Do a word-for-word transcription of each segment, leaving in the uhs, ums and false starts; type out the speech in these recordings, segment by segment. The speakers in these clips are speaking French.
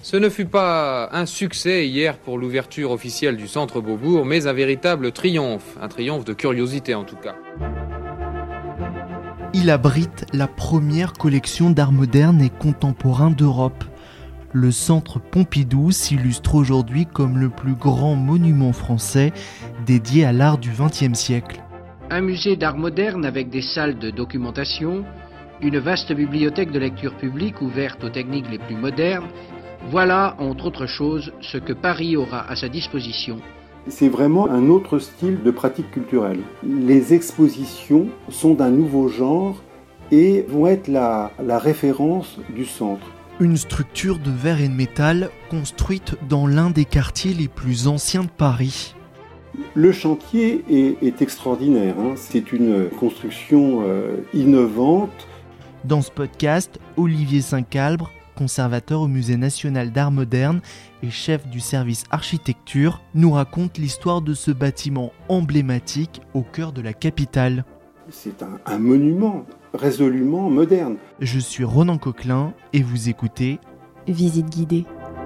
Ce ne fut pas un succès hier pour l'ouverture officielle du Centre Beaubourg, mais un véritable triomphe, un triomphe de curiosité en tout cas. Il abrite la première collection d'art moderne et contemporain d'Europe. Le Centre Pompidou s'illustre aujourd'hui comme le plus grand monument français dédié à l'art du vingtième siècle. Un musée d'art moderne avec des salles de documentation, une vaste bibliothèque de lecture publique ouverte aux techniques les plus modernes. Voilà, entre autres choses, ce que Paris aura à sa disposition. C'est vraiment un autre style de pratique culturelle. Les expositions sont d'un nouveau genre et vont être la, la référence du centre. Une structure de verre et de métal construite dans l'un des quartiers les plus anciens de Paris. Le chantier est, est extraordinaire, hein. C'est une construction euh, innovante. Dans ce podcast, Olivier Saint-Calbre, conservateur au Musée national d'art moderne et chef du service architecture, nous raconte l'histoire de ce bâtiment emblématique au cœur de la capitale. C'est un, un monument résolument moderne. Je suis Ronan Coquelin et vous écoutez Visite guidée.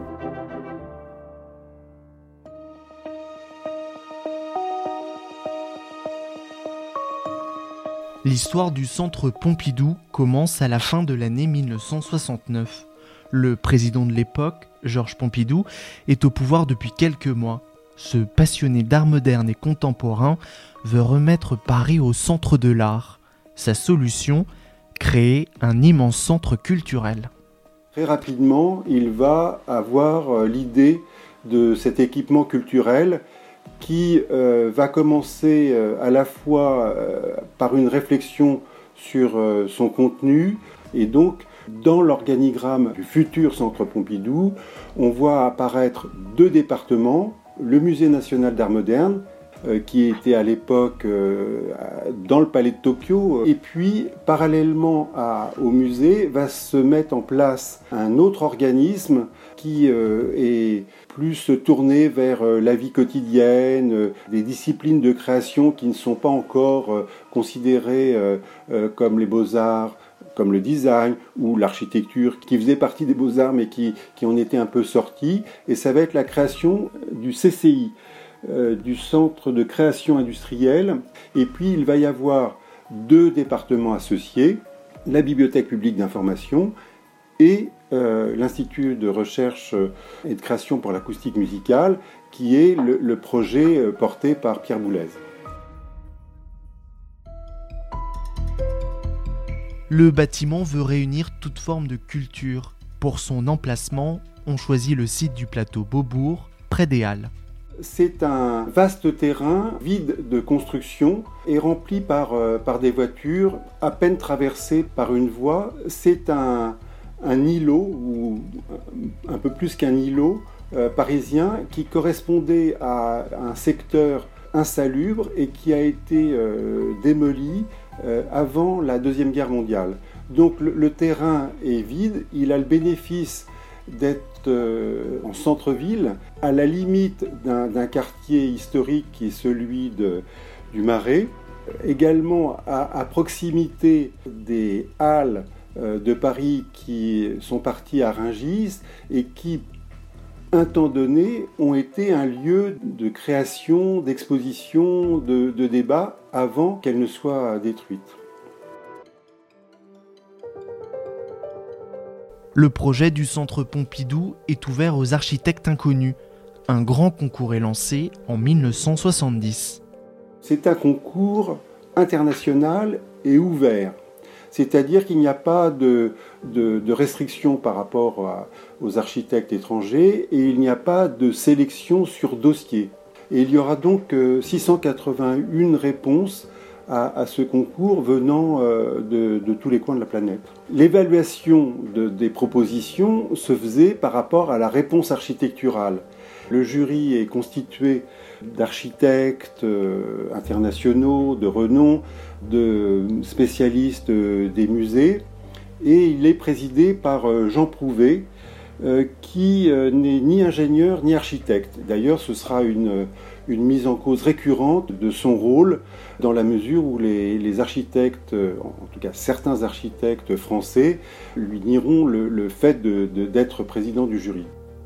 L'histoire du Centre Pompidou commence à la fin de l'année mille neuf cent soixante-neuf. Le président de l'époque, Georges Pompidou, est au pouvoir depuis quelques mois. Ce passionné d'art moderne et contemporain veut remettre Paris au centre de l'art. Sa solution, créer un immense centre culturel. Très rapidement, il va avoir l'idée de cet équipement culturel qui euh, va commencer euh, à la fois euh, par une réflexion sur euh, son contenu et donc dans l'organigramme du futur Centre Pompidou, on voit apparaître deux départements, le Musée national d'art moderne, euh, qui était à l'époque euh, dans le palais de Tokyo, et puis parallèlement à, au musée va se mettre en place un autre organisme qui euh, est plus tourné vers euh, la vie quotidienne, euh, des disciplines de création qui ne sont pas encore euh, considérées euh, euh, comme les beaux-arts, comme le design ou l'architecture, qui faisait partie des beaux-arts mais qui, qui en était un peu sortis. Et ça va être la création du C C I, euh, du Centre de création industrielle. Et puis il va y avoir deux départements associés, la Bibliothèque publique d'information et euh, l'Institut de recherche et de création pour l'acoustique musicale, qui est le, le projet porté par Pierre Boulez. Le bâtiment veut réunir toute forme de culture. Pour son emplacement, on choisit le site du plateau Beaubourg, près des Halles. C'est un vaste terrain vide de construction et rempli par, euh, par des voitures, à peine traversées par une voie. C'est un, un îlot, ou un peu plus qu'un îlot, euh, parisien, qui correspondait à un secteur insalubre et qui a été euh, démoli euh, avant la Deuxième Guerre mondiale. Donc le, le terrain est vide, il a le bénéfice d'être euh, en centre-ville, à la limite d'un, d'un quartier historique qui est celui de, du Marais, également à, à proximité des halles euh, de Paris qui sont parties à Rungis et qui, un temps donné, ont été un lieu de création, d'exposition, de, de débat avant qu'elles ne soient détruites. Le projet du Centre Pompidou est ouvert aux architectes inconnus. Un grand concours est lancé en mille neuf cent soixante-dix. C'est un concours international et ouvert. C'est-à-dire qu'il n'y a pas de, de, de restrictions par rapport à, aux architectes étrangers et il n'y a pas de sélection sur dossier. Et il y aura donc six cent quatre-vingt-une réponses à, à ce concours venant euh, de, de tous les coins de la planète. L'évaluation de, des propositions se faisait par rapport à la réponse architecturale. Le jury est constitué d'architectes euh, internationaux, de renom, de spécialistes euh, des musées, et il est présidé par euh, Jean Prouvé, euh, qui euh, n'est ni ingénieur ni architecte. D'ailleurs, ce sera une, une mise en cause récurrente de son rôle, dans la mesure où les, les architectes, en tout cas certains architectes français, lui nieront le, le fait de, de, d'être président du jury.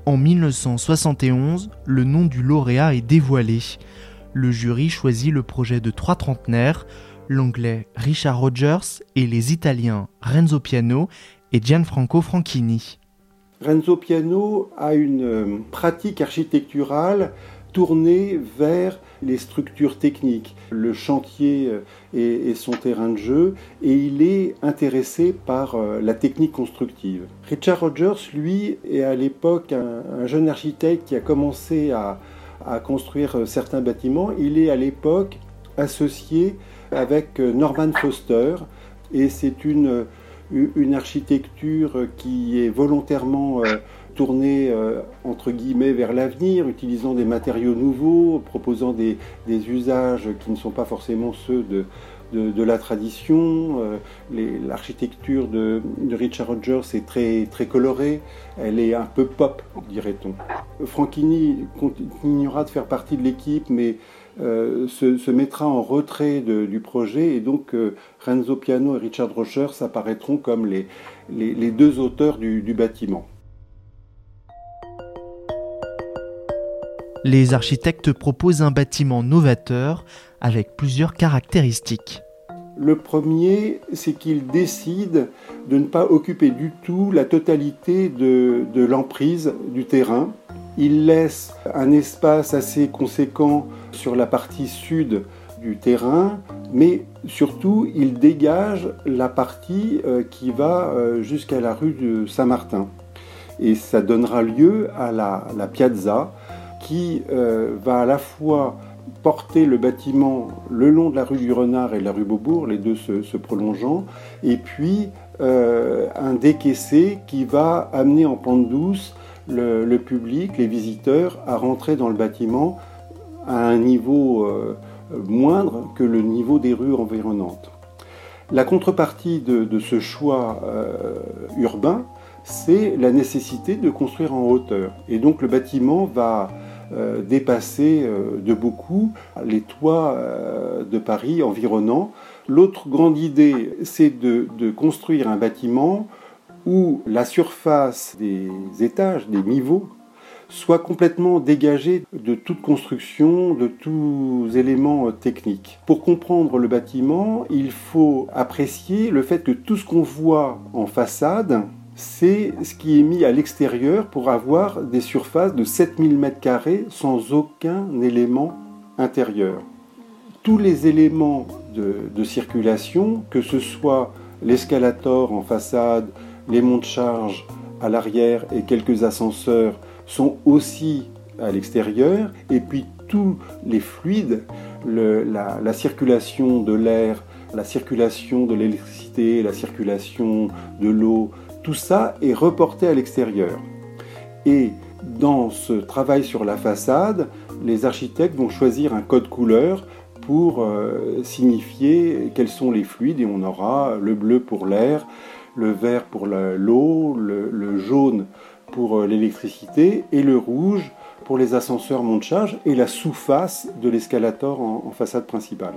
En mille neuf cent soixante et onze, le nom du lauréat est dévoilé. Le jury choisit le projet de trois trentenaires, l'anglais Richard Rogers et les italiens Renzo Piano et Gianfranco Franchini. Renzo Piano a une pratique architecturale tournée vers les structures techniques. Le chantier est, est son terrain de jeu et il est intéressé par la technique constructive. Richard Rogers, lui, est à l'époque un, un jeune architecte qui a commencé à, à construire certains bâtiments. Il est à l'époque associé avec Norman Foster et c'est une une architecture qui est volontairement euh, tournée euh, entre guillemets vers l'avenir, utilisant des matériaux nouveaux, proposant des, des usages qui ne sont pas forcément ceux de, de, de la tradition. Euh, les, l'architecture de, de Richard Rogers est très, très colorée, elle est un peu pop, dirait-on. Franchini continuera de faire partie de l'équipe, mais Euh, se, se mettra en retrait de, du projet et donc euh, Renzo Piano et Richard Rogers apparaîtront comme les, les, les deux auteurs du, du bâtiment. Les architectes proposent un bâtiment novateur avec plusieurs caractéristiques. Le premier, c'est qu'ils décident de ne pas occuper du tout la totalité de, de l'emprise du terrain. Ils laissent un espace assez conséquent sur la partie sud du terrain, mais surtout, ils dégagent la partie euh, qui va euh, jusqu'à la rue de Saint-Martin. Et ça donnera lieu à la, la piazza qui euh, va à la fois porter le bâtiment le long de la rue du Renard et de la rue Beaubourg, les deux se, se prolongeant, et puis euh, un décaissé qui va amener en pente douce le, le public, les visiteurs, à rentrer dans le bâtiment à un niveau euh, moindre que le niveau des rues environnantes. La contrepartie de, de ce choix euh, urbain, c'est la nécessité de construire en hauteur. Et donc le bâtiment va euh, dépasser euh, de beaucoup les toits euh, de Paris environnants. L'autre grande idée, c'est de, de construire un bâtiment où la surface des étages, des niveaux, soit complètement dégagée de toute construction, de tous éléments techniques. Pour comprendre le bâtiment, il faut apprécier le fait que tout ce qu'on voit en façade, c'est ce qui est mis à l'extérieur pour avoir des surfaces de sept mille mètres carrés sans aucun élément intérieur. Tous les éléments de, de circulation, que ce soit l'escalator en façade, les monts de charge à l'arrière et quelques ascenseurs, sont aussi à l'extérieur, et puis tous les fluides, le, la, la circulation de l'air, la circulation de l'électricité, la circulation de l'eau, tout ça est reporté à l'extérieur. Et dans ce travail sur la façade, les architectes vont choisir un code couleur pour euh, signifier quels sont les fluides, et on aura le bleu pour l'air, le vert pour la, l'eau, le, le jaune pour l'électricité et le rouge pour les ascenseurs monts de charge et la sous-face de l'escalator en, en façade principale.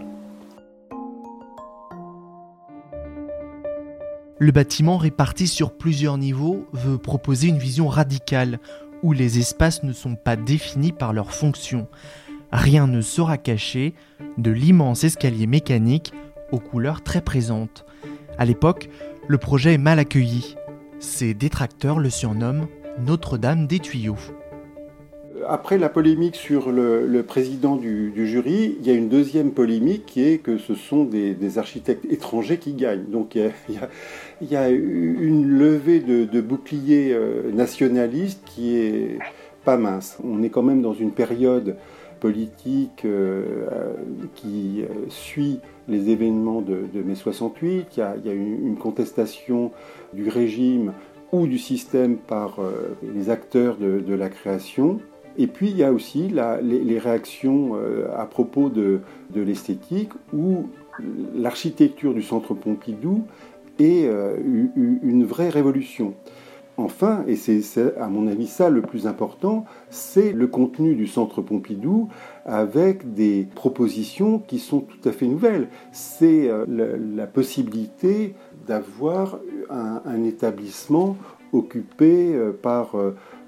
Le bâtiment réparti sur plusieurs niveaux veut proposer une vision radicale où les espaces ne sont pas définis par leur fonction. Rien ne sera caché de l'immense escalier mécanique aux couleurs très présentes. À l'époque, le projet est mal accueilli. Ses détracteurs le surnomment Notre-Dame des tuyaux. Après la polémique sur le, le président du, du jury, il y a une deuxième polémique qui est que ce sont des, des architectes étrangers qui gagnent. Donc il y a, il y a, il y a une levée de, de boucliers nationalistes qui est pas mince. On est quand même dans une période politique euh, qui suit les événements de, de mai soixante-huit. Il y a, il y a une, une contestation du régime ou du système par euh, les acteurs de, de la création. Et puis il y a aussi la, les, les réactions euh, à propos de, de l'esthétique, où l'architecture du Centre Pompidou est euh, une vraie révolution. Enfin, et c'est, c'est à mon avis ça le plus important, c'est le contenu du Centre Pompidou avec des propositions qui sont tout à fait nouvelles. C'est euh, la, la possibilité d'avoir un, un établissement occupé euh, par euh,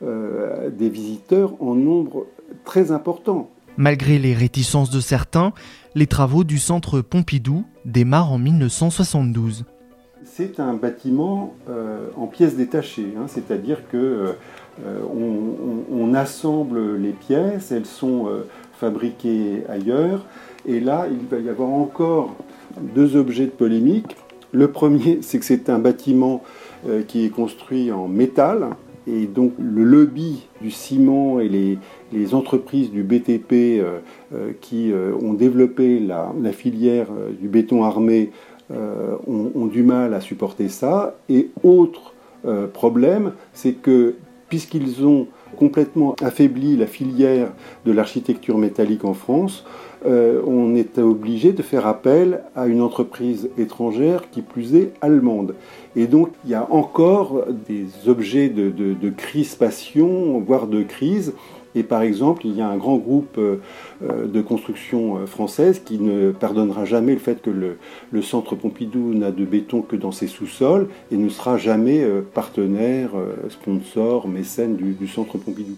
euh, des visiteurs en nombre très important. Malgré les réticences de certains, les travaux du centre Pompidou démarrent en mille neuf cent soixante-douze. C'est un bâtiment euh, en pièces détachées, hein, c'est-à-dire que euh, on, on, on assemble les pièces, elles sont euh, fabriquées ailleurs, et là il va y avoir encore deux objets de polémique. Le premier, c'est que c'est un bâtiment euh, qui est construit en métal, et donc le lobby du ciment et les, les entreprises du B T P euh, euh, qui euh, ont développé la, la filière euh, du béton armé euh, ont, ont du mal à supporter ça. Et autre euh, problème, c'est que puisqu'ils ont complètement affaibli la filière de l'architecture métallique en France, euh, on est obligé de faire appel à une entreprise étrangère, qui plus est allemande. Et donc il y a encore des objets de, de, de crispation, voire de crise. Et par exemple, il y a un grand groupe de construction française qui ne pardonnera jamais le fait que le, le centre Pompidou n'a de béton que dans ses sous-sols et ne sera jamais partenaire, sponsor, mécène du, du centre Pompidou.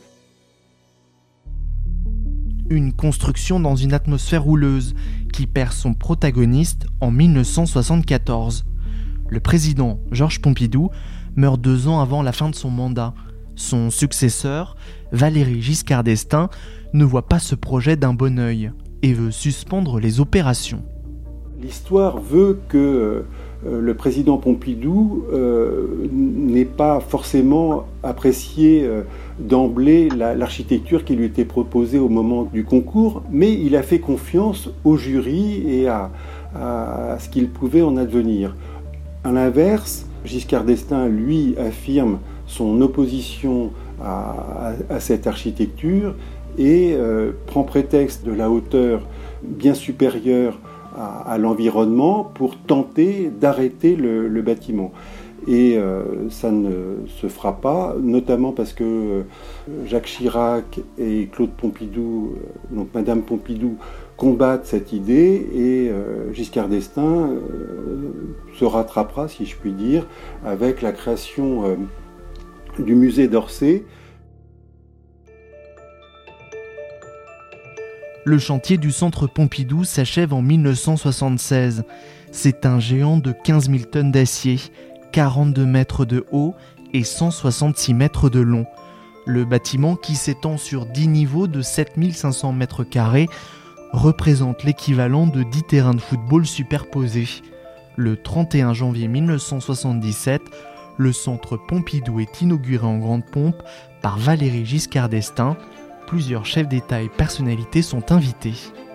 Une construction dans une atmosphère houleuse qui perd son protagoniste en mille neuf cent soixante-quatorze. Le président Georges Pompidou meurt deux ans avant la fin de son mandat. Son successeur, Valéry Giscard d'Estaing, ne voit pas ce projet d'un bon œil et veut suspendre les opérations. L'histoire veut que euh, le président Pompidou euh, n'ait pas forcément apprécié euh, d'emblée la, l'architecture qui lui était proposée au moment du concours, mais il a fait confiance au jury et à, à, à ce qu'il pouvait en advenir. À l'inverse, Giscard d'Estaing, lui, affirme son opposition à, à, à cette architecture et euh, prend prétexte de la hauteur bien supérieure à, à l'environnement pour tenter d'arrêter le, le bâtiment. Et euh, ça ne se fera pas, notamment parce que euh, Jacques Chirac et Claude Pompidou, euh, donc Madame Pompidou, combattent cette idée et euh, Giscard d'Estaing euh, se rattrapera, si je puis dire, avec la création euh, du musée d'Orsay. Le chantier du centre Pompidou s'achève en mille neuf cent soixante-seize. C'est un géant de quinze mille tonnes d'acier, quarante-deux mètres de haut et cent soixante-six mètres de long. Le bâtiment, qui s'étend sur dix niveaux de sept mille cinq cents mètres carrés, représente l'équivalent de dix terrains de football superposés. Le trente et un janvier mille neuf cent soixante-dix-sept, le centre Pompidou est inauguré en grande pompe par Valéry Giscard d'Estaing. Plusieurs chefs d'État et personnalités sont invités.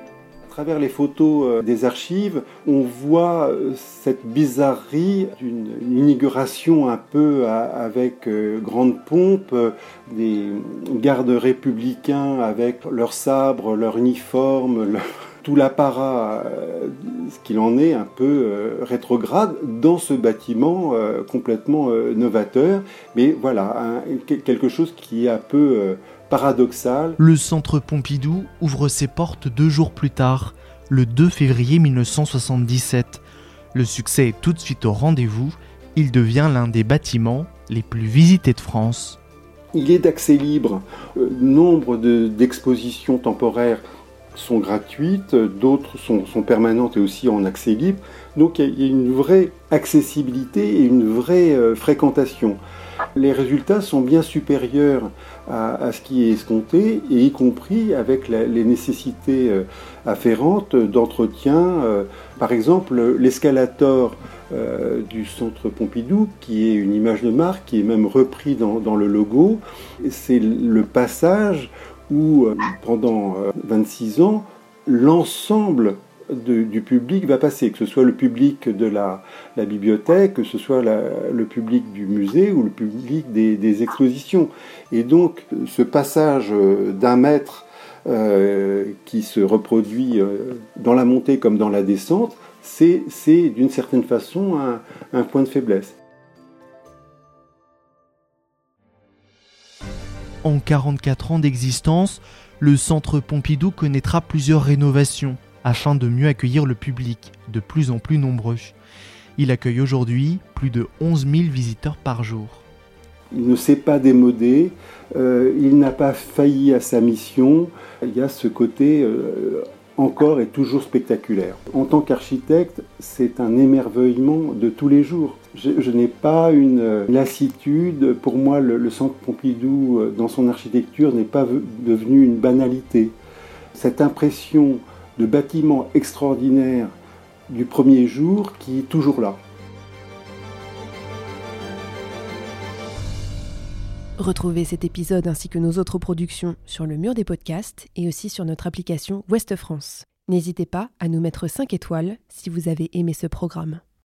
À travers les photos des archives, on voit cette bizarrerie d'une inauguration un peu avec grande pompe, des gardes républicains avec leurs sabres, leurs uniformes, leur... tout l'apparat, ce qu'il en est, un peu rétrograde dans ce bâtiment complètement novateur. Mais voilà, un, quelque chose qui est un peu paradoxal. Le centre Pompidou ouvre ses portes deux jours plus tard, le deux février mille neuf cent soixante-dix-sept. Le succès est tout de suite au rendez-vous. Il devient l'un des bâtiments les plus visités de France. Il est d'accès libre. Euh, nombre de, d'expositions temporaires sont gratuites, d'autres sont, sont permanentes et aussi en accès libre. Donc il y a une vraie accessibilité et une vraie euh, fréquentation. Les résultats sont bien supérieurs à, à ce qui est escompté, et y compris avec la, les nécessités euh, afférentes d'entretien. Euh, par exemple, l'escalator euh, du centre Pompidou, qui est une image de marque, qui est même repris dans, dans le logo, c'est le passage où, euh, pendant euh, vingt-six ans, l'ensemble De, du public va passer, que ce soit le public de la, la bibliothèque, que ce soit la, le public du musée ou le public des, des expositions. Et donc ce passage d'un mètre euh, qui se reproduit euh, dans la montée comme dans la descente, c'est, c'est d'une certaine façon un, un point de faiblesse. En quarante-quatre ans d'existence, le centre Pompidou connaîtra plusieurs rénovations afin de mieux accueillir le public, de plus en plus nombreux. Il accueille aujourd'hui plus de onze mille visiteurs par jour. il ne s'est pas démodé, euh, il n'a pas failli à sa mission. Il y a ce côté euh, encore et toujours spectaculaire. En tant qu'architecte, c'est un émerveillement de tous les jours. Je, je n'ai pas une lassitude. Pour moi, le, le Centre Pompidou, dans son architecture, n'est pas devenu une banalité. Cette impression de bâtiment extraordinaire du premier jour qui est toujours là. Retrouvez cet épisode ainsi que nos autres productions sur le mur des podcasts et aussi sur notre application Ouest France. N'hésitez pas à nous mettre cinq étoiles si vous avez aimé ce programme.